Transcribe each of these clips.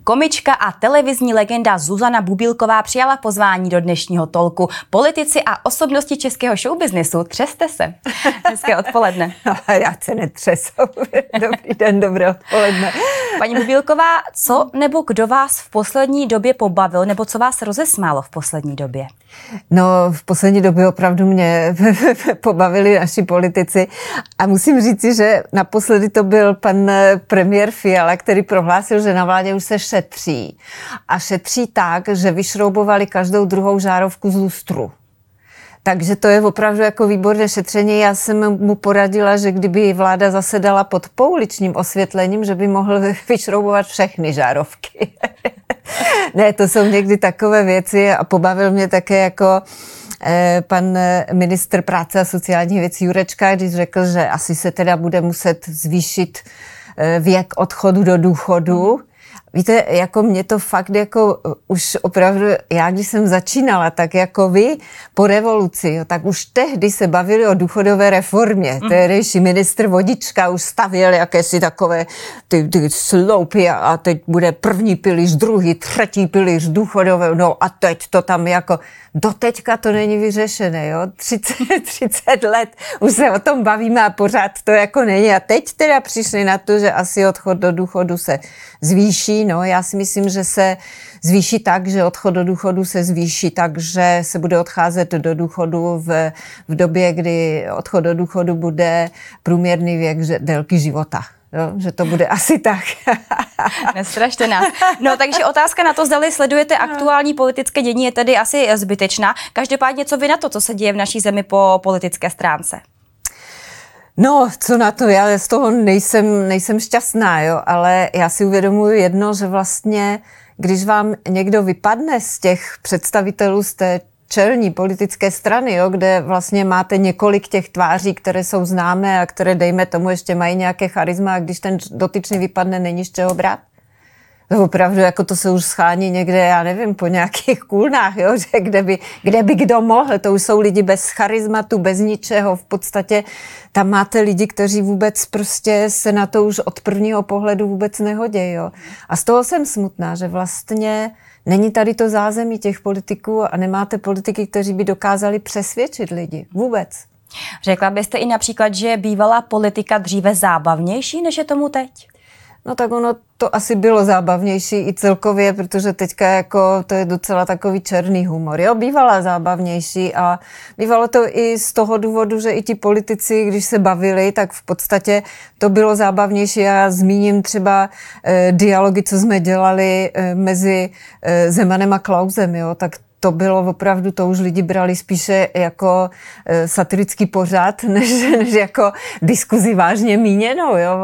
Komička a televizní legenda Zuzana Bubílková přijala pozvání do dnešního talku. Politici a osobnosti českého showbiznesu, třeste se. Hezké odpoledne. Já se netřesu. Dobrý den, dobré odpoledne. Paní Bubílková, co nebo kdo vás v poslední době pobavil, nebo co vás rozesmálo v poslední době? No, v poslední době opravdu mě pobavili naši politici a musím říci, že naposledy to byl pan premiér Fiala, který prohlásil, že na vládě už se šetří. A šetří tak, že vyšroubovali každou druhou žárovku z lustru. Takže to je opravdu jako výborné šetření. Já jsem mu poradila, že kdyby vláda zasedala pod pouličním osvětlením, že by mohl vyšroubovat všechny žárovky. Ne, to jsou někdy takové věci a pobavil mě také jako pan ministr práce a sociálních věcí Jurečka, když řekl, že asi se teda bude muset zvýšit věk odchodu do důchodu. Víte, jako mě to fakt jako už opravdu, já když jsem začínala, tak jako vy po revoluci, tak už tehdy se bavili o důchodové reformě. Tehdejší ministr Vodička už stavěl jakési takové ty sloupy a teď bude první pilíř, druhý, třetí pilíř důchodové, no a teď to tam jako, doteďka to není vyřešené, jo, 30 let už se o tom bavíme a pořád to jako není. A teď teda přišli na to, že asi odchod do důchodu se zvýší. No, já si myslím, že se zvýší tak, že odchod do důchodu se zvýší tak, že se bude odcházet do důchodu v době, kdy odchod do důchodu bude průměrný věk délky života. Jo, že to bude asi tak. Nestrašte nás. No, takže otázka na to, zdali sledujete aktuální politické dění, je tedy asi zbytečná. Každopádně, co vy na to, co se děje v naší zemi po politické stránce? No, co na to, já z toho nejsem šťastná, jo, ale já si uvědomuji jedno, že vlastně, když vám někdo vypadne z těch představitelů z té čelní politické strany, jo, kde vlastně máte několik těch tváří, které jsou známé a které, dejme tomu, ještě mají nějaké charisma, a když ten dotyčný vypadne, není z čeho brát. To opravdu, jako to se už schání někde, já nevím, po nějakých kůlnách, jo, že kde by kdo mohl, to už jsou lidi bez charizmatu, bez ničeho, v podstatě tam máte lidi, kteří vůbec prostě se na to už od prvního pohledu vůbec nehodí, jo. A z toho jsem smutná, že vlastně není tady to zázemí těch politiků a nemáte politiky, kteří by dokázali přesvědčit lidi, vůbec. Řekla byste i například, že bývala politika dříve zábavnější, než je tomu teď? No tak ono to asi bylo zábavnější i celkově, protože teďka jako to je docela takový černý humor. Jo, bývala zábavnější a bývalo to i z toho důvodu, že i ti politici, když se bavili, tak v podstatě to bylo zábavnější. Já zmíním třeba dialogy, co jsme dělali mezi Zemanem a Klausem, jo, tak to bylo opravdu, to už lidi brali spíše jako satirický pořad, než jako diskuzi vážně míněnou, jo.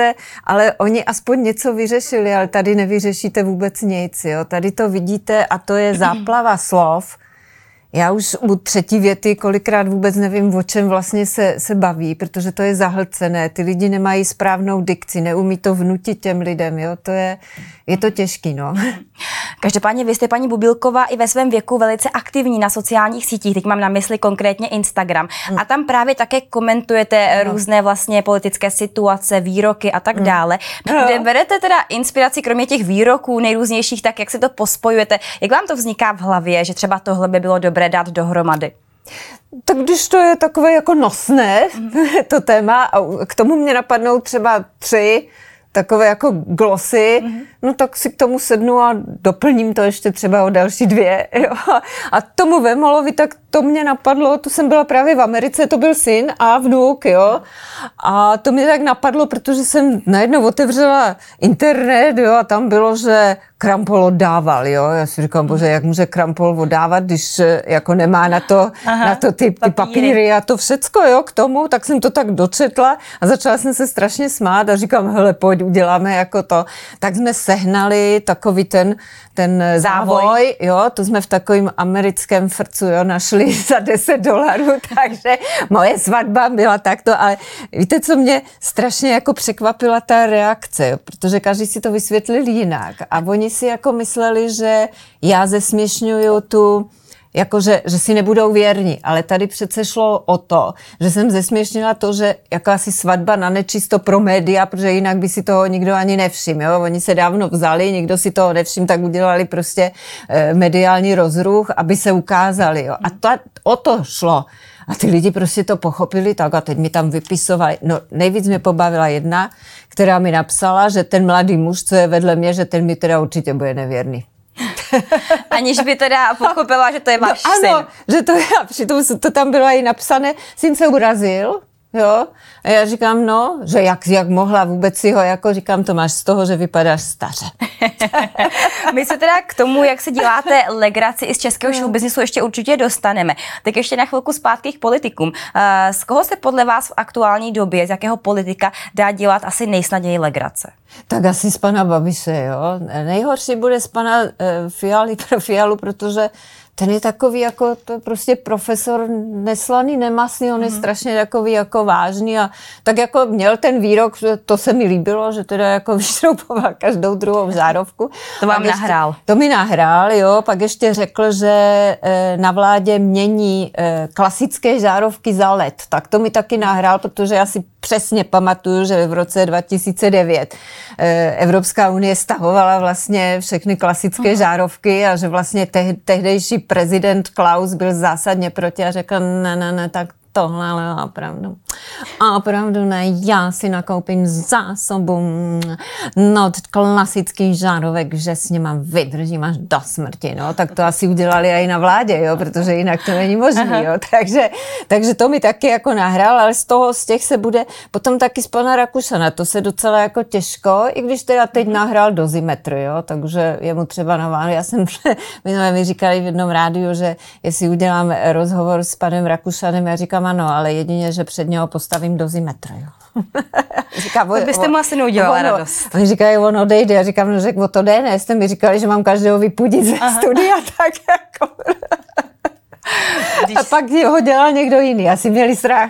Oni aspoň něco vyřešili, ale tady nevyřešíte vůbec nic, jo. Tady to vidíte a to je záplava slov. Já už u třetí věty kolikrát vůbec nevím, o čem vlastně se baví, protože to je zahlcené. Ty lidi nemají správnou dikci, neumí to vnutit těm lidem, jo. Je to těžký, no. Každopádně vy jste, paní Bubílková, i ve svém věku velice aktivní na sociálních sítích, teď mám na mysli konkrétně Instagram. A tam právě také komentujete různé vlastně politické situace, výroky a tak dále. Kde berete teda inspiraci, kromě těch výroků nejrůznějších, tak jak se to pospojujete? Jak vám to vzniká v hlavě, že třeba tohle by bylo dobré dát dohromady? Tak když to je takové jako nosné, to téma, a k tomu mě napadnou třeba 3 takové jako glosy, no tak si k tomu sednu a doplním to ještě třeba o další 2. Jo. A tomu Vemolovi, tak to mě napadlo, tu jsem byla právě v Americe, to byl syn a vnuk, jo. A to mě tak napadlo, protože jsem najednou otevřela internet, jo, a tam bylo, že Krampol oddával, jo. Já si říkám, bože, jak může Krampol oddávat, když jako nemá na to ty papíry a to všecko, jo, k tomu, tak jsem to tak dočetla a začala jsem se strašně smát a říkám, hele, pojď, uděláme jako to. Tak jsme sehnali takový ten závoj, jo, to jsme v takovým americkém frcu, jo, našli za $10, takže moje svatba byla takto, ale víte, co mě strašně jako překvapila ta reakce, jo, protože každý si to vysvětlil jinak a oni si jako mysleli, že já zesměšňuju tu jakože, že si nebudou věrní, ale tady přece šlo o to, že jsem zesměšnila to, že jako asi svatba na nečisto pro média, protože jinak by si toho nikdo ani nevšiml, jo? Oni se dávno vzali, nikdo si toho nevšiml, tak udělali prostě mediální rozruch, aby se ukázali, jo? A o to šlo. A ty lidi prostě to pochopili tak a teď mi tam vypisovali. No nejvíc mě pobavila jedna, která mi napsala, že ten mladý muž, co je vedle mě, že ten mi teda určitě bude nevěrný. Aniž by teda pochopila, že to je váš syn. Ano, že to je, přitom to tam bylo i napsané, syn se urazil, jo, a já říkám, no, že jak mohla vůbec si ho, jako říkám, to máš z toho, že vypadáš staře. My se teda k tomu, jak se děláte legraci i z českého showbiznisu, ještě určitě dostaneme. Tak ještě na chvilku zpátky k politikům. Z koho se podle vás v aktuální době, z jakého politika dá dělat asi nejsnadněji legrace? Tak asi z pana Babiše, jo. Nejhorší bude z pana Fialu, protože ten je takový jako to prostě profesor neslaný, nemastný, on je strašně takový jako vážný a tak jako měl ten výrok, to se mi líbilo, že teda jako vyštroupoval každou druhou žárovku. To vám nahrál. To mi nahrál, jo, pak ještě řekl, že na vládě mění klasické žárovky za LED, tak to mi taky nahrál, protože já si přesně pamatuju, že v roce 2009 Evropská unie stahovala vlastně všechny klasické žárovky a že vlastně tehdejší prezident Klaus byl zásadně proti a řekl, ne, tak tohle, ale opravdu ne, já si nakoupím zásobu klasických žárovek, že s nima vydržím až do smrti, no, tak to asi udělali i na vládě, jo, protože jinak to není možné, jo, takže to mi taky jako nahrál, ale z těch se bude potom taky z pana Rakušana, to se docela jako těžko, i když teda teď nahrál dozimetr, jo, takže jemu třeba já jsem, mi říkali v jednom rádiu, že jestli udělám rozhovor s panem Rakušanem, já říkám ano, ale jedině, že před něho postavím dozimetr, jo. Říká, to byste mu asi neudělala radost. Oni říkají, on odejde. Já říkám, no řekl, o to jde, ne? Jste mi říkali, že mám každého vypudit ze studia, tak jako... A pak ho dělal někdo jiný, asi měli strach.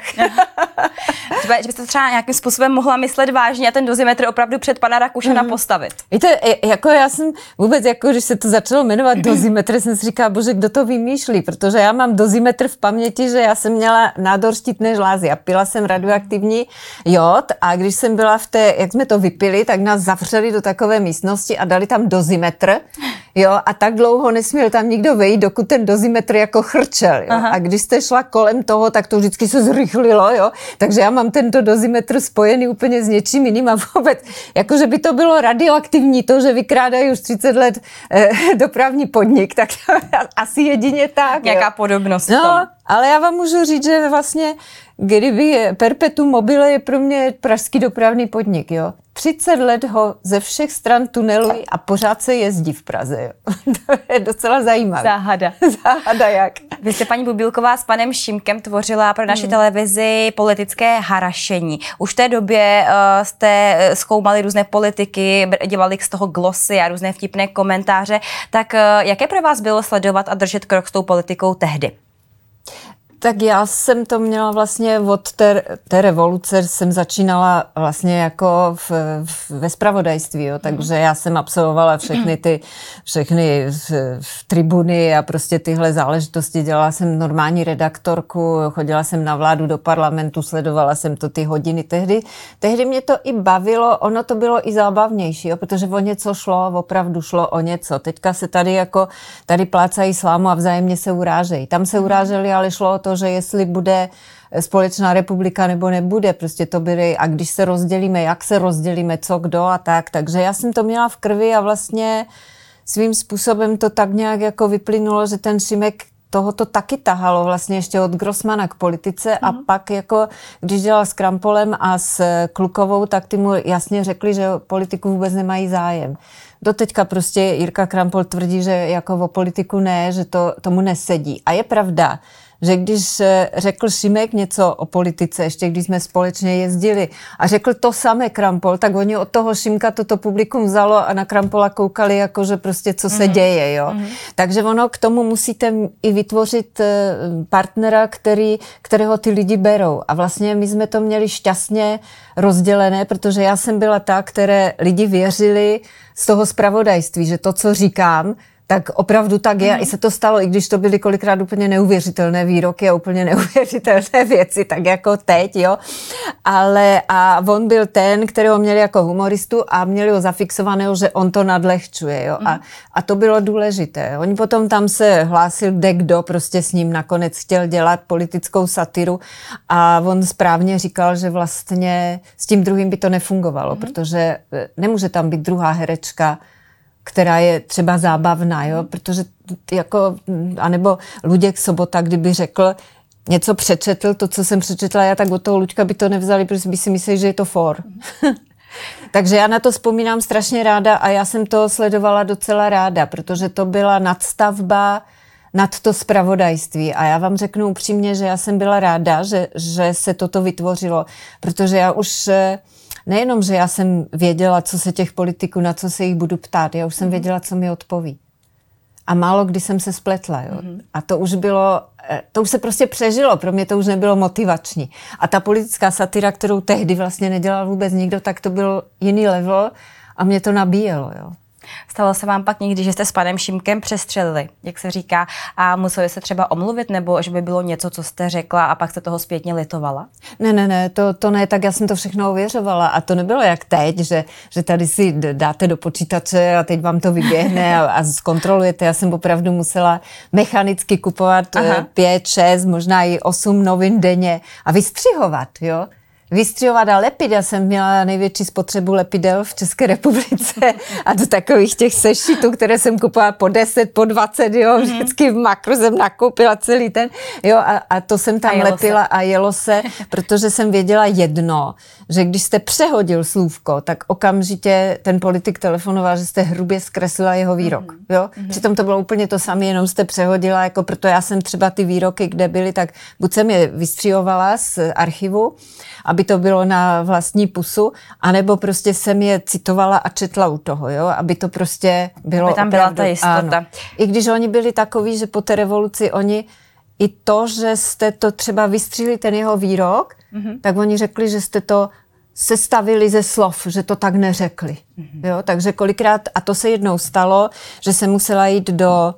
Že byste třeba nějakým způsobem mohla myslet vážně a ten dozimetr opravdu před pana Rakušana postavit. Víte, jako já jsem vůbec, jako když se to začalo jmenovat dozimetr, jsem si říkala, bože, kdo to vymýšlí, protože já mám dozimetr v paměti, že já jsem měla nádor štítné žlázy a pila jsem radioaktivní jód a když jsem byla jak jsme to vypili, tak nás zavřeli do takové místnosti a dali tam dozimetr, jo, a tak dlouho nesměl tam nikdo vejít, dokud ten dozimetr jako chrčel, jo. A když jste šla kolem toho, tak to vždycky se zrychlilo, jo. Takže já mám tento dozimetr spojený úplně s něčím jiným a vůbec, jakože by to bylo radioaktivní, to, že vykrádají už 30 let dopravní podnik, tak asi jedině tak. Nějaká podobnost. No, ale já vám můžu říct, že vlastně, kdyby Perpetuum mobile je pro mě pražský dopravní podnik, jo. 30 let ho ze všech stran tunelují a pořád se jezdí v Praze, jo. To je docela zajímavé. Záhada jak. Vy jste, paní Bubílková, s panem Šimkem tvořila pro naši televizi politické harašení. Už v té době jste zkoumali různé politiky, dělali z toho glosy a různé vtipné komentáře. Tak jaké pro vás bylo sledovat a držet krok s tou politikou tehdy? Tak já jsem to měla vlastně od té revoluce, jsem začínala vlastně jako ve zpravodajství, jo, takže já jsem absolvovala všechny tribuny a prostě tyhle záležitosti, dělala jsem normální redaktorku, chodila jsem na vládu do parlamentu, sledovala jsem to ty hodiny. Tehdy mě to i bavilo, ono to bylo i zábavnější, jo, protože o něco šlo, opravdu šlo o něco. Teďka se tady plácají slámu a vzájemně se urážejí. Tam se uráželi, ale šlo o to, že jestli bude společná republika nebo nebude, prostě to byly, a když se rozdělíme, jak se rozdělíme, co, kdo a tak, takže já jsem to měla v krvi a vlastně svým způsobem to tak nějak jako vyplynulo, že ten Šimek tohoto taky tahalo vlastně ještě od Grossmana k politice a pak jako, když dělal s Krampolem a s Klukovou, tak ty mu jasně řekli, že politiku vůbec nemají zájem. Doteďka prostě Jirka Krampol tvrdí, že jako o politiku ne, že to tomu nesedí. A je pravda, že když řekl Šimek něco o politice, ještě když jsme společně jezdili a řekl to samé Krampol, tak oni od toho Šimka toto publikum vzalo a na Krampola koukali, jakože prostě co se děje, jo. Takže ono k tomu musíte i vytvořit partnera, kterého ty lidi berou. A vlastně my jsme to měli šťastně rozdělené, protože já jsem byla ta, které lidi věřili z toho zpravodajství, že to, co říkám, Tak opravdu tak je. I se to stalo, i když to byly kolikrát úplně neuvěřitelné výroky a úplně neuvěřitelné věci, tak jako teď, jo. Ale a on byl ten, kterého měli jako humoristu a měli ho zafixovaného, že on to nadlehčuje, jo. A to bylo důležité. Oni potom tam se hlásil kdo prostě s ním nakonec chtěl dělat politickou satiru a on správně říkal, že vlastně s tím druhým by to nefungovalo, protože nemůže tam být druhá herečka, která je třeba zábavná, jo, protože jako, anebo Luděk Sobota, kdyby řekl, něco přečetl, to, co jsem přečetla já, tak od toho Luďka by to nevzali, protože by si mysleli, že je to for. Takže já na to vzpomínám strašně ráda a já jsem to sledovala docela ráda, protože to byla nadstavba nad to zpravodajství. A já vám řeknu upřímně, že já jsem byla ráda, že se toto vytvořilo, protože já už nejenom, že já jsem věděla, co se těch politiků, na co se jich budu ptát, já už jsem věděla, co mi odpoví. A málo kdy jsem se spletla, jo. A to už se prostě přežilo, pro mě to už nebylo motivační. A ta politická satira, kterou tehdy vlastně nedělal vůbec nikdo, tak to byl jiný level a mě to nabíjelo, jo. Stalo se vám pak někdy, že jste s panem Šimkem přestřelili, jak se říká, a museli se třeba omluvit, nebo že by bylo něco, co jste řekla a pak jste toho zpětně litovala? Ne, to ne, tak já jsem to všechno ověřovala a to nebylo jak teď, že tady si dáte do počítače a teď vám to vyběhne a zkontrolujete. Já jsem opravdu musela mechanicky kupovat 5, 6, možná i 8 novin denně a vystřihovat, jo. Vystřihovat a lepit. Já jsem měla největší spotřebu lepidel v České republice a do takových těch sešitů, které jsem kupovala po 10, po 20, jo, vždycky v Makru jsem nakoupila celý ten, jo, a to jsem tam lepila a jelo se, protože jsem věděla jedno, že když jste přehodil slůvko, tak okamžitě ten politik telefonoval, že jste hrubě zkreslila jeho výrok, jo. Přitom to bylo úplně to samé, jenom jste přehodila, jako proto já jsem třeba ty výroky, kde byly, tak buď jsem je vystřihovala z archivu, aby to bylo na vlastní pusu, anebo prostě jsem je citovala a četla u toho, jo, aby to prostě bylo aby tam byla ta jistota. Ano. I když oni byli takoví, že po té revoluci oni i to, že jste to třeba vystřihli ten jeho výrok, tak oni řekli, že jste to sestavili ze slov, že to tak neřekli. Jo, takže kolikrát, a to se jednou stalo, že jsem musela jít do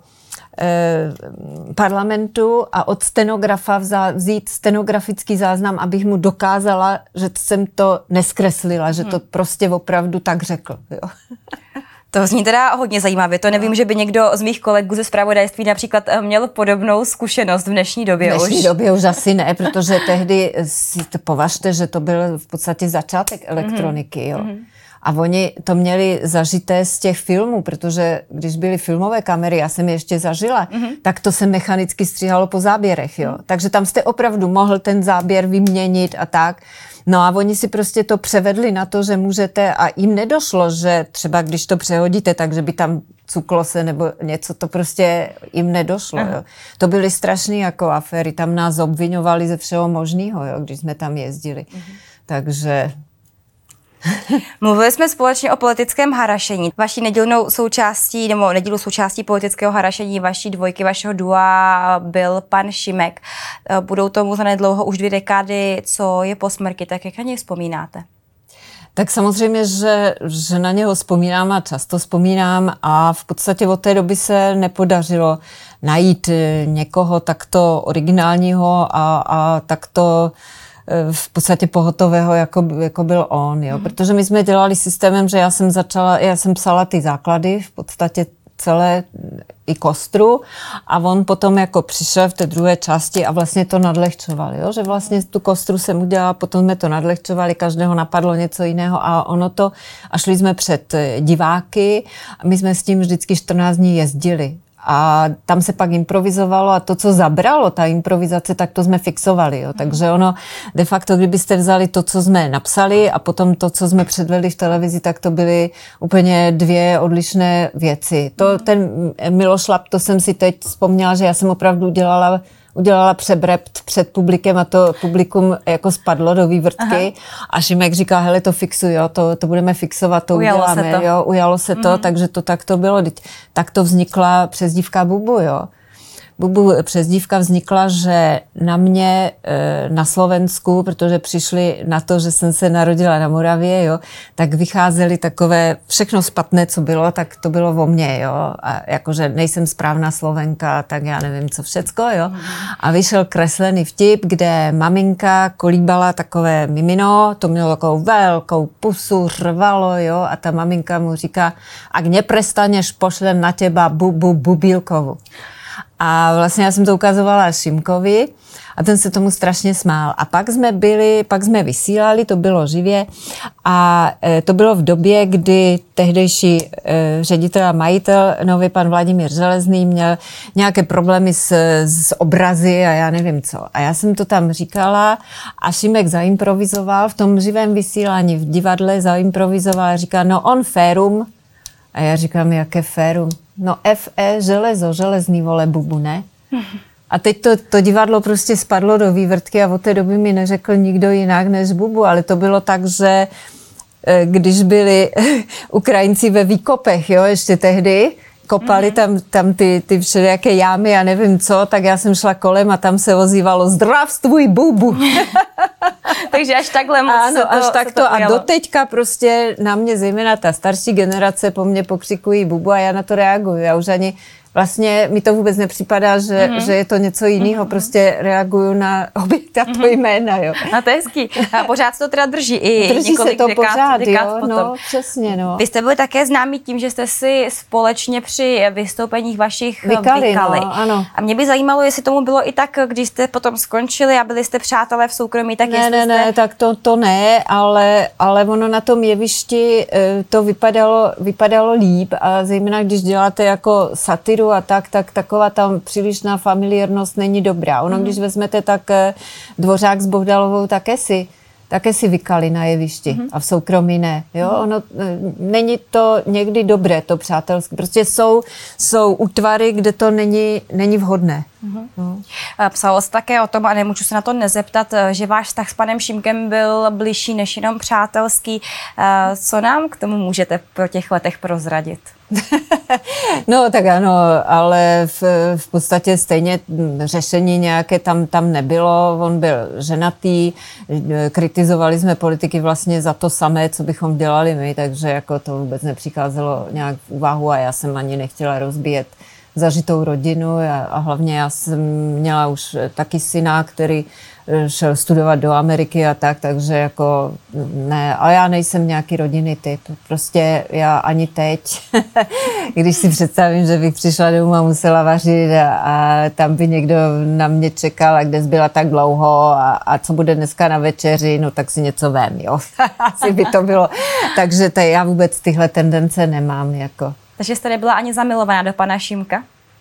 parlamentu a od stenografa vzít stenografický záznam, abych mu dokázala, že jsem to neskreslila, že to prostě opravdu tak řekl. Jo. To zní teda hodně zajímavě. To nevím, že by někdo z mých kolegů ze zpravodajství například měl podobnou zkušenost v dnešní době už. V dnešní době už asi ne, protože tehdy si to považte, že to byl v podstatě začátek elektroniky, jo. A oni to měli zažité z těch filmů, protože když byly filmové kamery, já jsem je ještě zažila, tak to se mechanicky stříhalo po záběrech, jo. Takže tam jste opravdu mohl ten záběr vyměnit a tak. No a oni si prostě to převedli na to, že můžete, a jim nedošlo, že třeba když to přehodíte, takže by tam cuklo se nebo něco, to prostě jim nedošlo, jo. To byly strašné jako aféry, tam nás obviňovali ze všeho možného, jo, když jsme tam jezdili. Takže... Mluvili jsme společně o politickém harašení. Vaší nedílnou součástí, nebo nedílnou součástí politického harašení vaší dvojky, vašeho dua byl pan Šimek. Budou tomu zanedlouho už 2 dekády, co je po smrti, tak jak na něj vzpomínáte? Tak samozřejmě, že na něho vzpomínám a často vzpomínám a v podstatě od té doby se nepodařilo najít někoho takto originálního a takto v podstatě pohotového, jako byl on, jo. Protože my jsme dělali systémem, že já jsem psala ty základy, v podstatě celé i kostru a on potom jako přišel v té druhé části a vlastně to nadlehčoval, jo. Že vlastně tu kostru jsem udělala, potom jsme to nadlehčovali, každého napadlo něco jiného a ono to, a šli jsme před diváky a my jsme s tím vždycky 14 dní jezdili. A tam se pak improvizovalo a to, co zabralo ta improvizace, tak to jsme fixovali. Jo. Takže ono, de facto, kdybyste vzali to, co jsme napsali a potom to, co jsme předvedli v televizi, tak to byly úplně 2 odlišné věci. Ten Miloš Lap, to jsem si teď vzpomněla, že já jsem opravdu udělala přebrept před publikem a to publikum jako spadlo do vývrtky. A Šimek říká, hele, to fixuj, jo, to budeme fixovat, to uděláme. Ujalo se to, takže to tak to bylo. Tak to vznikla přezdívka Bubu, jo. Bubu přezdívka vznikla, že na mě na Slovensku, protože přišli na to, že jsem se narodila na Moravě, jo, tak vycházely takové všechno špatné, co bylo, tak to bylo o mně, jo. A jakože nejsem správná Slovenka, tak já nevím, co všecko, jo. A vyšel kreslený vtip, kde maminka kolíbala takové mimino, to mělo takovou velkou pusu, řvalo, jo, a ta maminka mu říká, ak neprestaneš, pošlem na těba Bubílkovu. A vlastně já jsem to ukazovala Šimkovi a ten se tomu strašně smál. A pak jsme vysílali, to bylo živě a to bylo v době, kdy tehdejší ředitel a majitel, nový pan Vladimír Železný, měl nějaké problémy s obrazy a já nevím co. A já jsem to tam říkala a Šimek zaimprovizoval v tom živém vysílání v divadle, zaimprovizoval a říká, no on férum. A já říkám, jaké férum? No FE, železo, železný, vole, Bubu, ne? A teď to divadlo prostě spadlo do vývrtky a od té doby mi neřekl nikdo jinak než Bubu, ale to bylo tak, že když byli Ukrajinci ve výkopech, jo, ještě tehdy, kopali tam ty všelijaké jámy a nevím co, tak já jsem šla kolem a tam se ozývalo zdravstvuj, Bubu. Takže až takhle moc ano, až takto. A doteďka prostě na mě, zejména ta starší generace, po mně pokřikují Bubu a já na to reaguju. Já už ani vlastně mi to vůbec nepřipadá, že je to něco jiného, prostě reaguju na obě tato jména, jo. A to je hezký. A pořád se to teda drží i drží několik se to pořád, dekád jo, potom. no, přesně, no. Vy jste byli také známí tím, že jste si společně při vystoupeních vašich vykali. No, ano. A mě by zajímalo, jestli tomu bylo i tak, když jste potom skončili a byli jste přátelé v soukromí, tak Ne, tak to ne, ale ono na tom jevišti to vypadalo líp a zejména když děláte jako satiru a tak taková tam přílišná familiárnost není dobrá. Ono, když vezmete, tak Dvořák s Bohdalovou také si vykali na jevišti a v soukromí ne. Jo? Ono, není to někdy dobré, to přátelské. Prostě jsou útvary, kde to není vhodné. No. Psalo se také o tom, a nemůžu se na to nezeptat, že váš vztah s panem Šimkem byl bližší než jenom přátelský. Co nám k tomu můžete po těch letech prozradit? No tak ano, ale v podstatě stejně řešení nějaké tam nebylo. On byl ženatý, kritizovali jsme politiky vlastně za to samé, co bychom dělali my, takže jako to vůbec nepřicházelo nějak v úvahu a já jsem ani nechtěla rozbíjet zažitou rodinu a hlavně já jsem měla už taky syna, který šel studovat do Ameriky a takže jako ne, ale já nejsem nějaký rodinný typ. Prostě já ani teď, když si představím, že bych přišla domů a musela vařit a tam by někdo na mě čekal a kde jsi byla tak dlouho a co bude dneska na večeři, no tak si něco vem, jo. Asi by to bylo. Takže já vůbec tyhle tendence nemám, jako. Takže jste nebyla ani zamilovaná do pana Šimka?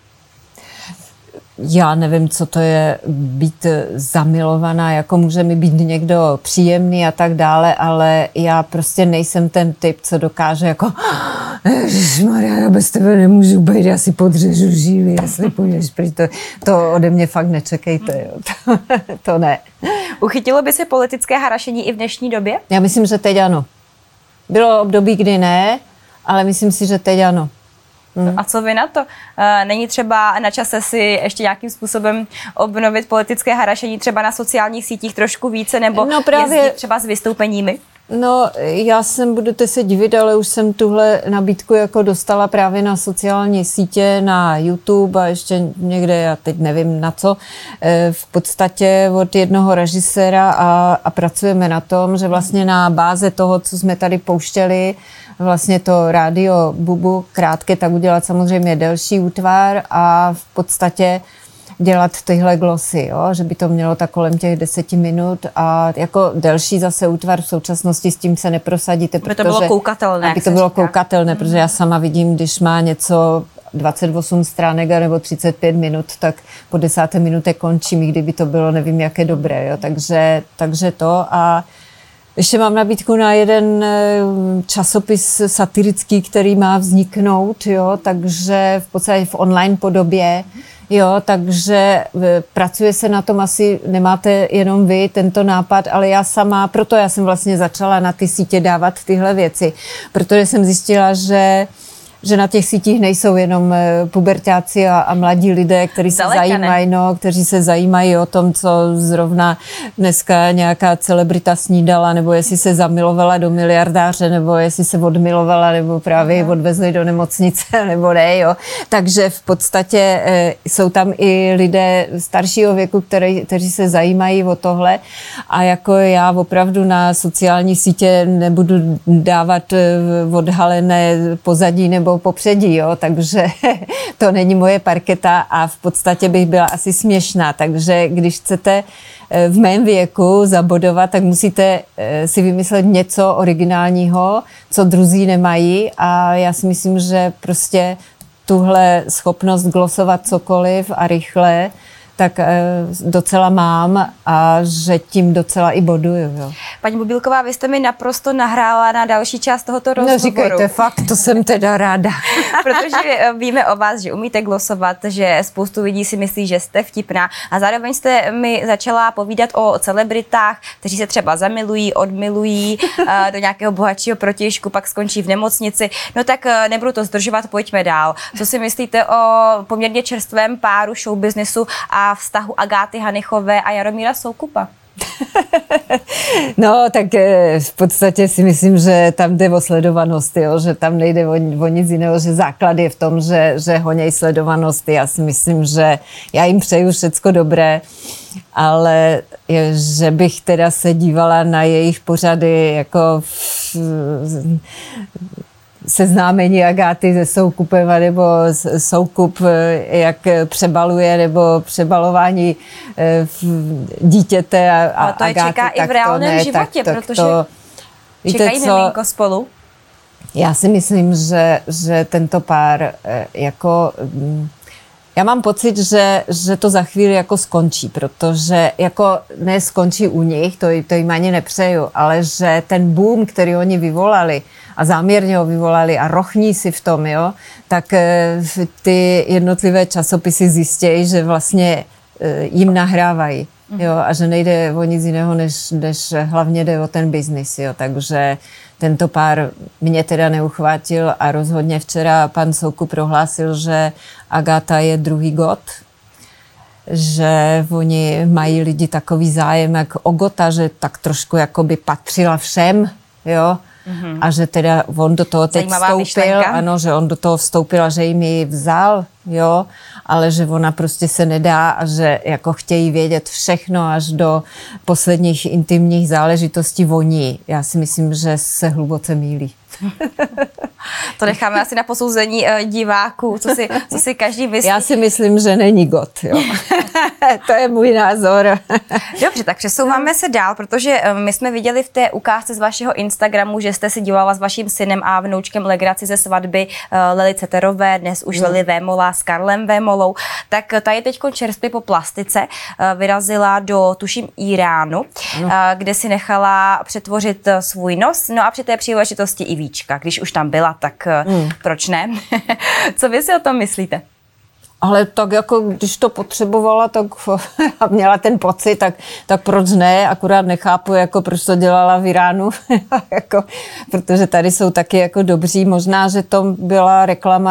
Já nevím, co to je být zamilovaná, jako může mi být někdo příjemný a tak dále, ale já prostě nejsem ten typ, co dokáže jako Ježišmarja, já bez tebe nemůžu být, já si podřežu žíly, jestli půjdeš pryč, to ode mě fakt nečekejte, jo. To ne. Uchytilo by se politické harašení i v dnešní době? Já myslím, že teď ano. Bylo období, kdy ne, ale myslím si, že teď ano. A co vy na to? Není třeba na čase si ještě nějakým způsobem obnovit politické harašení třeba na sociálních sítích trošku více nebo jezdit třeba s vystoupeními? No, budete se divit, ale už jsem tuhle nabídku jako dostala právě na sociální sítě, na YouTube a ještě někde, já teď nevím na co, v podstatě od jednoho režiséra a pracujeme na tom, že vlastně na báze toho, co jsme tady pouštěli, vlastně to rádio Bubu krátké, tak udělat samozřejmě delší útvar a v podstatě dělat tyhle glosy, jo? Že by to mělo tak kolem těch 10 minut a jako delší zase útvar v současnosti s tím se neprosadíte, protože to bylo koukatelné. Aby to bylo koukatelné, protože já sama vidím, když má něco 28 stránek nebo 35 minut, tak po 10. minutě končím, i kdyby to bylo nevím jaké dobré, jo? Takže to a ještě mám nabídku na jeden časopis satirický, který má vzniknout, jo, takže v podstatě v online podobě, jo, takže pracuje se na tom, asi nemáte jenom vy tento nápad, ale já sama, proto já jsem vlastně začala na ty sítě dávat tyhle věci, protože jsem zjistila, že že na těch sítích nejsou jenom puberťáci a mladí lidé, kteří se zajímají o tom, co zrovna dneska nějaká celebrita snídala, nebo jestli se zamilovala do miliardáře, nebo jestli se odmilovala, nebo právě odvezli do nemocnice, nebo ne, jo. Takže v podstatě jsou tam i lidé staršího věku, kteří se zajímají o tohle a jako já opravdu na sociální sítě nebudu dávat odhalené pozadí nebo popředí, jo, takže to není moje parketa a v podstatě bych byla asi směšná, takže když chcete v mém věku zabodovat, tak musíte si vymyslet něco originálního, co druzí nemají a já si myslím, že prostě tuhle schopnost glosovat cokoliv a rychle, tak docela mám a že tím docela i boduju. Jo. Paní Bubílková, vy jste mi naprosto nahrála na další část tohoto rozhovoru. No říkejte fakt, to jsem teda ráda. Protože víme o vás, že umíte glosovat, že spoustu lidí si myslí, že jste vtipná a zároveň jste mi začala povídat o celebritách, kteří se třeba zamilují, odmilují do nějakého bohatšího protějšku, pak skončí v nemocnici. No tak nebudu to zdržovat, pojďme dál. Co si myslíte o poměrně čerstvém páru showbiznesu a vztahu Agáty Hanychové a Jaromíra Soukupa? No, tak v podstatě si myslím, že tam jde o sledovanost, jo? Že tam nejde o nic jiného, že základ je v tom, že honěj sledovanost. Já si myslím, že já jim přeju všecko dobré, ale že bych teda se dívala na jejich pořady jako seznámení Agáty se Soukupem, nebo Soukup, jak přebaluje, nebo přebalování dítěte a ale to je Agáty, čeká i v reálném životě, protože čekají miminko spolu. Já si myslím, že tento pár jako... Já mám pocit, že to za chvíli jako skončí, protože jako ne skončí u nich, to jim ani nepřeju, ale že ten boom, který oni vyvolali a záměrně ho vyvolali a rochní si v tom, jo, tak ty jednotlivé časopisy zjistějí, že vlastně jim nahrávají. Jo, a že nejde o nic jiného, než hlavně jde o ten biznis. Jo. Takže tento pár mě teda neuchvátil a rozhodně včera pan Soukup prohlásil, že Agáta je druhý God, že oni mají lidi takový zájem jak o Gota, že tak trošku jakoby patřila všem, jo. Mm-hmm. A že teda on do toho teď vstoupil, ano, že on do toho vstoupil a že jim ji vzal, jo, ale že ona prostě se nedá a že jako chtějí vědět všechno až do posledních intimních záležitostí o ní. Já si myslím, že se hluboce mýlí. To necháme asi na posouzení diváků, co si každý myslí. Já si myslím, že není God, jo. To je můj názor. Dobře, tak přesouváme se dál, protože my jsme viděli v té ukázce z vašeho Instagramu, že jste si dělala s vaším synem a vnoučkem legraci ze svatby Lely Ceterové, dnes už Lely Vémola s Karlem Vémolou. Tak ta je teď čerstvě po plastice, vyrazila do, tuším, Iránu, kde si nechala přetvořit svůj nos, no a při té příležitosti i víčka. Když už tam byla, tak proč ne? Co vy si o tom myslíte? Ale tak jako, když to potřebovala, tak a měla ten pocit, tak proč ne? Akurát nechápu, jako proč to dělala v Iránu, jako, protože tady jsou taky jako dobří. Možná, že to byla reklama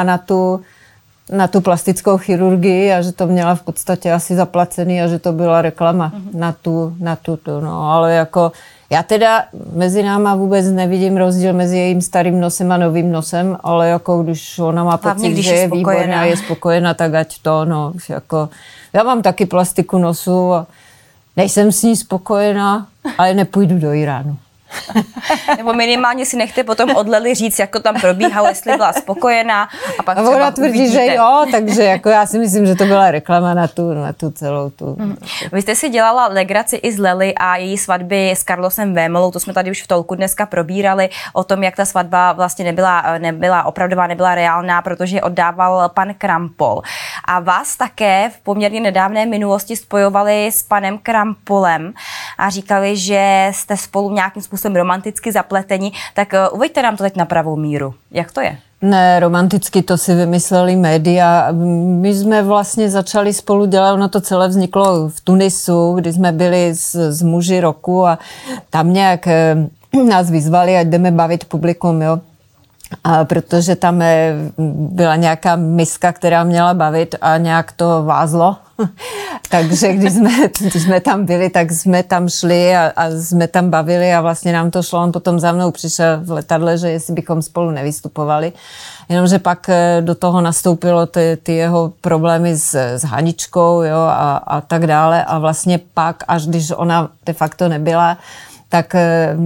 na tu plastickou chirurgii a že to měla v podstatě asi zaplacený a že to byla reklama na tu, no, ale jako já teda mezi náma vůbec nevidím rozdíl mezi jejím starým nosem a novým nosem, ale jako když ona má pocit, že je výborná, je spokojená, tak ať to, no, jako já mám taky plastiku nosu a nejsem s ní spokojená, ale nepůjdu do Iránu. Nebo minimálně si nechte potom od Lely říct, jak to tam probíhalo, jestli byla spokojená a pak třeba ona tvrdí, uvidíte. Že jo, takže jako já si myslím, že to byla reklama na tu celou tu. Vy jste si dělala legraci i z Lely a její svatby s Carlosem Vémolou, to jsme tady už v Talku dneska probírali, o tom, jak ta svatba vlastně nebyla opravdová, nebyla reálná, protože oddával pan Krampol. A vás také v poměrně nedávné minulosti spojovali s panem Krampolem a říkali, že jste spolu nějakým způsobem romanticky zapletení, tak uveďte nám to teď na pravou míru. Jak to je? Ne, romanticky to si vymysleli média. My jsme vlastně začali spolu dělat, ono to celé vzniklo v Tunisu, kdy jsme byli s muži roku a tam nějak nás vyzvali, ať jdeme bavit publikum, jo. A protože tam byla nějaká miska, která měla bavit a nějak to vázlo. Takže když jsme tam byli, tak jsme tam šli a jsme tam bavili a vlastně nám to šlo. On potom za mnou přišel v letadle, že jestli bychom spolu nevystupovali. Jenomže pak do toho nastoupilo ty jeho problémy s Haničkou, jo, a tak dále. A vlastně pak, až když ona de facto nebyla, tak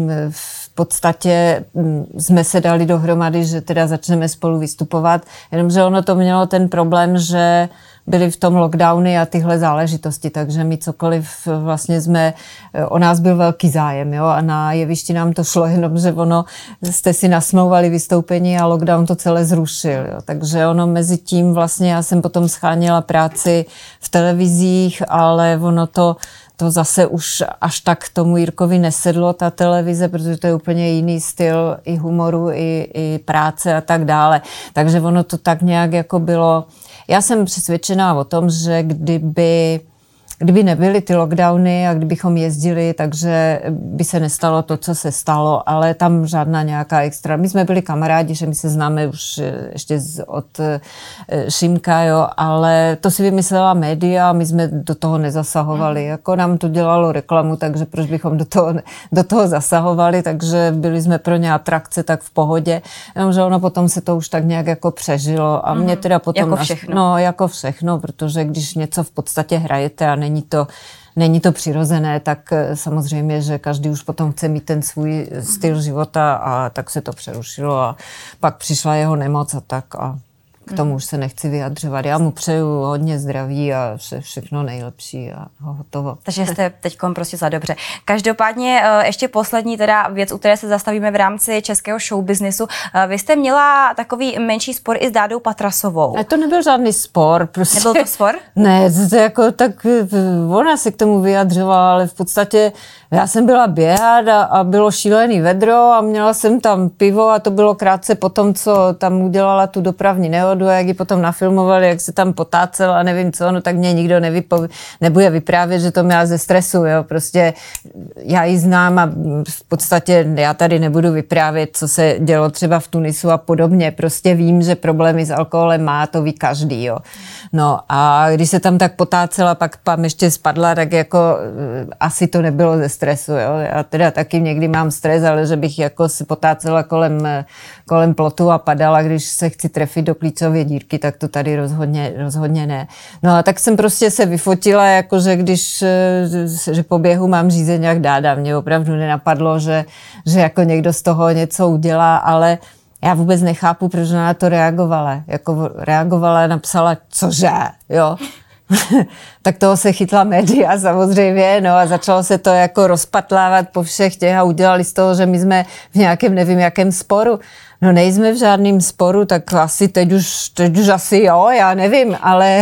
v podstatě jsme se dali dohromady, že teda začneme spolu vystupovat. Jenomže ono to mělo ten problém, že byli v tom lockdowny a tyhle záležitosti, takže my cokoliv vlastně o nás byl velký zájem, jo, a na jevišti nám to šlo, jenom že jste si nasmlouvali vystoupení a lockdown to celé zrušil, jo, takže ono mezi tím vlastně já jsem potom scháněla práci v televizích, ale ono to zase už až tak tomu Jirkovi nesedlo, ta televize, protože to je úplně jiný styl i humoru, i práce a tak dále. Takže ono to tak nějak jako bylo. Já jsem přesvědčená o tom, že kdyby nebyly ty lockdowny a kdybychom jezdili, takže by se nestalo to, co se stalo, ale tam žádná nějaká extra. My jsme byli kamarádi, že my se známe už ještě od Šimka, jo, ale to si vymyslela média a my jsme do toho nezasahovali. Jako nám to dělalo reklamu, takže proč bychom do toho zasahovali, takže byli jsme pro ně atrakce tak v pohodě, jenomže ono potom se to už tak nějak jako přežilo a mě teda potom... Jako všechno. No, jako všechno, protože když něco v podstatě hrajete a není to přirozené, tak samozřejmě, že každý už potom chce mít ten svůj styl života a tak se to přerušilo a pak přišla jeho nemoc a tak a k tomu už se nechci vyjadřovat. Já mu přeju hodně zdraví a všechno nejlepší a hotovo. Takže jste teďkom prostě za dobře. Každopádně ještě poslední teda věc, u které se zastavíme v rámci českého showbiznisu. Vy jste měla takový menší spor i s Dádou Patrasovou. A to nebyl žádný spor. Prostě. Nebyl to spor? Ne, to jako tak ona se k tomu vyjadřovala, ale v podstatě já jsem byla běhat a bylo šílený vedro a měla jsem tam pivo a to bylo krátce po tom, co tam udělala tu dopravní nehodu a jak ji potom nafilmovali, jak se tam potácela a nevím co, no tak mě nikdo nebude vyprávět, že to měla ze stresu, jo, prostě já ji znám a v podstatě já tady nebudu vyprávět, co se dělo třeba v Tunisu a podobně, prostě vím, že problémy s alkoholem má, to ví každý, jo. No a když se tam tak potácela, pak ještě spadla, tak jako asi to nebylo ze stresu, jo. Já teda taky někdy mám stres, ale že bych jako se potácela kolem plotu a padala, když se chci trefit do klíčové dírky, tak to tady rozhodně ne. No a tak jsem prostě se vyfotila, jakože že po běhu mám řízení jak Dáda. Mě opravdu nenapadlo, že jako někdo z toho něco udělá, ale já vůbec nechápu, proč na to reagovala. Jako reagovala, napsala, cože, jo. Tak toho se chytla média samozřejmě, no a začalo se to jako rozpatlávat po všech těch a udělali z toho, že my jsme v nějakém nevím jakém sporu. No nejsme v žádném sporu, tak asi teď už asi jo, já nevím, ale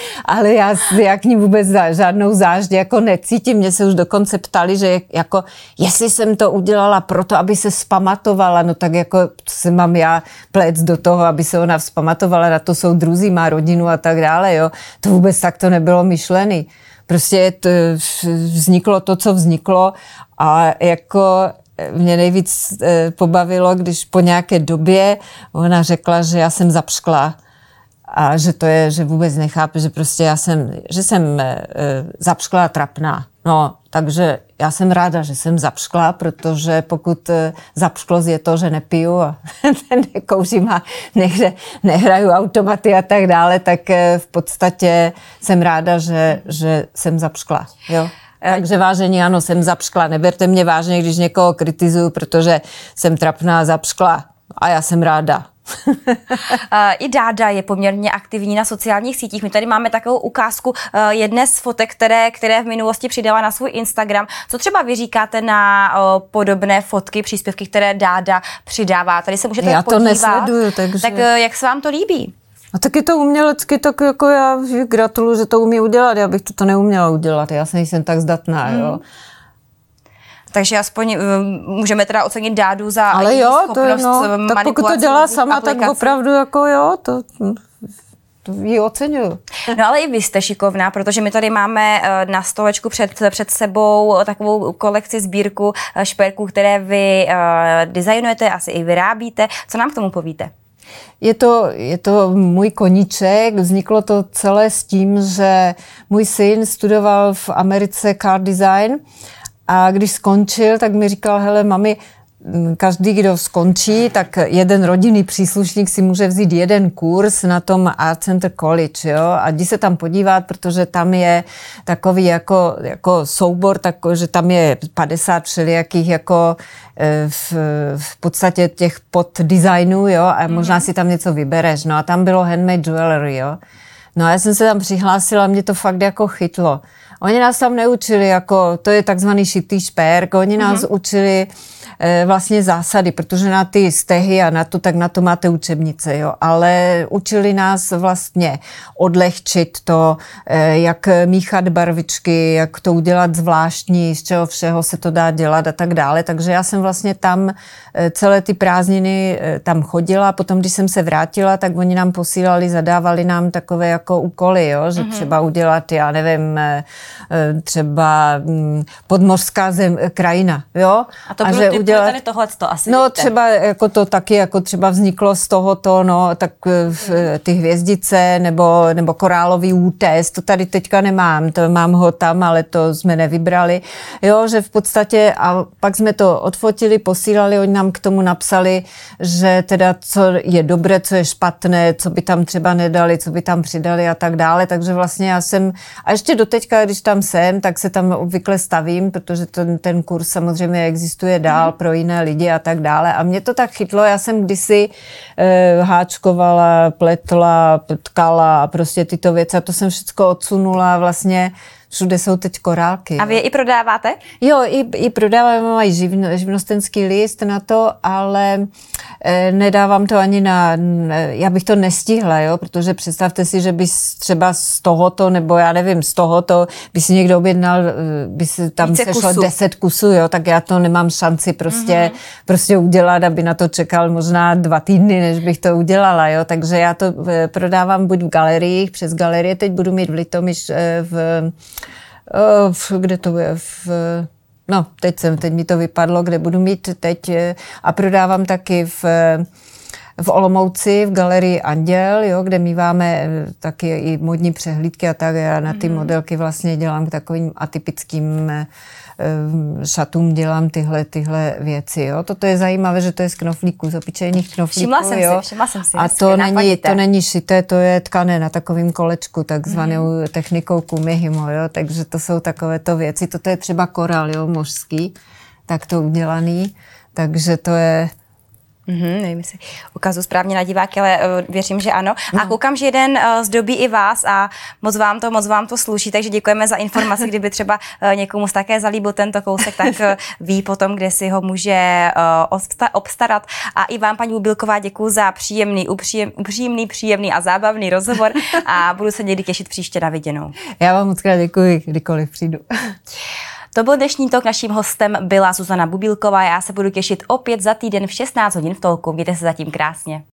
já k ní vůbec žádnou zášť jako necítím. Mě se už dokonce ptali, že jako jestli jsem to udělala proto, aby se vzpamatovala, no tak jako se mám já plec do toho, aby se ona vzpamatovala, na to jsou druzí, má rodinu a tak dále, jo. To vůbec takto nebylo myšlený. Prostě vzniklo to, co vzniklo a jako mě nejvíc pobavilo, když po nějaké době ona řekla, že já jsem zapšklá a že to je, že vůbec nechápe, že prostě že jsem zapšklá trapná. No, takže já jsem ráda, že jsem zapšklá, protože pokud zapšklost je to, že nepiju a nekouřím a nehraju automaty a tak dále, tak v podstatě jsem ráda, že jsem zapšklá, jo. Takže vážení, ano, jsem zapškla. Neberte mě vážně, když někoho kritizuju, protože jsem trapná zapškla. A já jsem ráda. I Dáda je poměrně aktivní na sociálních sítích. My tady máme takovou ukázku jedné z fotek, které v minulosti přidala na svůj Instagram. Co třeba vy říkáte na podobné fotky, příspěvky, které Dáda přidává? Tady se můžete podívat. Já to nesleduju, takže... Tak jak se vám to líbí? A tak je to umělecky, tak jako já gratuluju, že to umí udělat. Já bych to neuměla udělat, já nejsem tak zdatná, jo. Takže aspoň můžeme teda ocenit Dádu za ale jo, schopnost tak pokud to dělá sama, aplikací. Tak opravdu jako jo, to to ji oceňuju. No ale i vy jste šikovná, protože my tady máme na stolečku před sebou takovou kolekci, sbírku šperků, které vy designujete, asi i vyrábíte. Co nám k tomu povíte? Je to můj koníček, vzniklo to celé s tím, že můj syn studoval v Americe car design a když skončil, tak mi říkal, hele mami, každý, kdo skončí, tak jeden rodinný příslušník si může vzít jeden kurz na tom Art Center College, jo, a jdi se tam podívat, protože tam je takový jako soubor, že tam je 50 všelijakých jako v podstatě těch poddesignů, jo, a možná si tam něco vybereš, no a tam bylo handmade jewelry, jo. No a já jsem se tam přihlásila, mě to fakt jako chytlo. Oni nás tam neučili, jako, to je takzvaný šitý šperk, oni nás učili vlastně zásady, protože na ty stehy a na to máte učebnice, jo, ale učili nás vlastně odlehčit to, jak míchat barvičky, jak to udělat zvláštní, z čeho všeho se to dá dělat a tak dále, takže já jsem vlastně tam celé ty prázdniny tam chodila, potom když jsem se vrátila, tak oni nám posílali, zadávali nám takové jako úkoly, jo, že třeba udělat, já nevím, třeba podmořská krajina, jo. A to bylo udělat tady tohleto asi. No víte. Třeba jako to taky, jako třeba vzniklo z tohoto, no tak ty hvězdice nebo korálový útes, to tady teďka nemám, to mám ho tam, ale to jsme nevybrali. Jo, že v podstatě a pak jsme to odfotili, posílali, oni nám k tomu napsali, že teda co je dobré, co je špatné, co by tam třeba nedali, co by tam přidali a tak dále, takže vlastně já jsem, a ještě doteďka, když tam jsem, tak se tam obvykle stavím, protože ten kurz samozřejmě existuje dál pro jiné lidi a tak dále. A mě to tak chytlo, já jsem kdysi háčkovala, pletla, tkala a prostě tyto věci a to jsem všechno odsunula vlastně. Všude jsou teď korálky. A vy je i prodáváte? Jo, i prodáváme, mají živnostenský list na to, ale nedávám to ani já bych to nestihla, jo, protože představte si, že bys třeba z tohoto, nebo já nevím, z tohoto, by si někdo objednal, by si tam sešlo 10 kusů, jo, tak já to nemám šanci prostě udělat, aby na to čekal možná 2 týdny, než bych to udělala, jo, takže já to prodávám buď v galeriích, přes galerie, teď budu mít v Litomyš kde to je, no teď mi to vypadlo, kde budu mít teď a prodávám taky v Olomouci, v galerii Anděl, jo, kde míváme taky i modní přehlídky a tak, já na ty modelky vlastně dělám k takovým atypickým šatům, dělám tyhle věci, jo. Toto je zajímavé, že to je z knoflíků, z obyčejných knoflíků, Všimla jsem si. A to není šité, to je tkané na takovým kolečku, takzvanou technikou kumihimo, jo, takže to jsou takovéto věci. Toto je třeba korál, jo, mořský, tak to udělaný, takže to je. Nevím, jestli ukazuji správně na diváky, ale věřím, že ano. A koukám, že jeden zdobí i vás a moc vám to sluší, takže děkujeme za informaci, kdyby třeba někomu také zalíbil tento kousek, tak ví potom, kde si ho může obstarat. A i vám, paní Bubílková, děkuji za upřímný, příjemný a zábavný rozhovor a budu se někdy těšit příště na viděnou. Já vám moc krát děkuji, kdykoliv přijdu. To byl dnešní talk, naším hostem byla Zuzana Bubílková. Já se budu těšit opět za týden v 16 hodin v talku. Mějte se zatím krásně.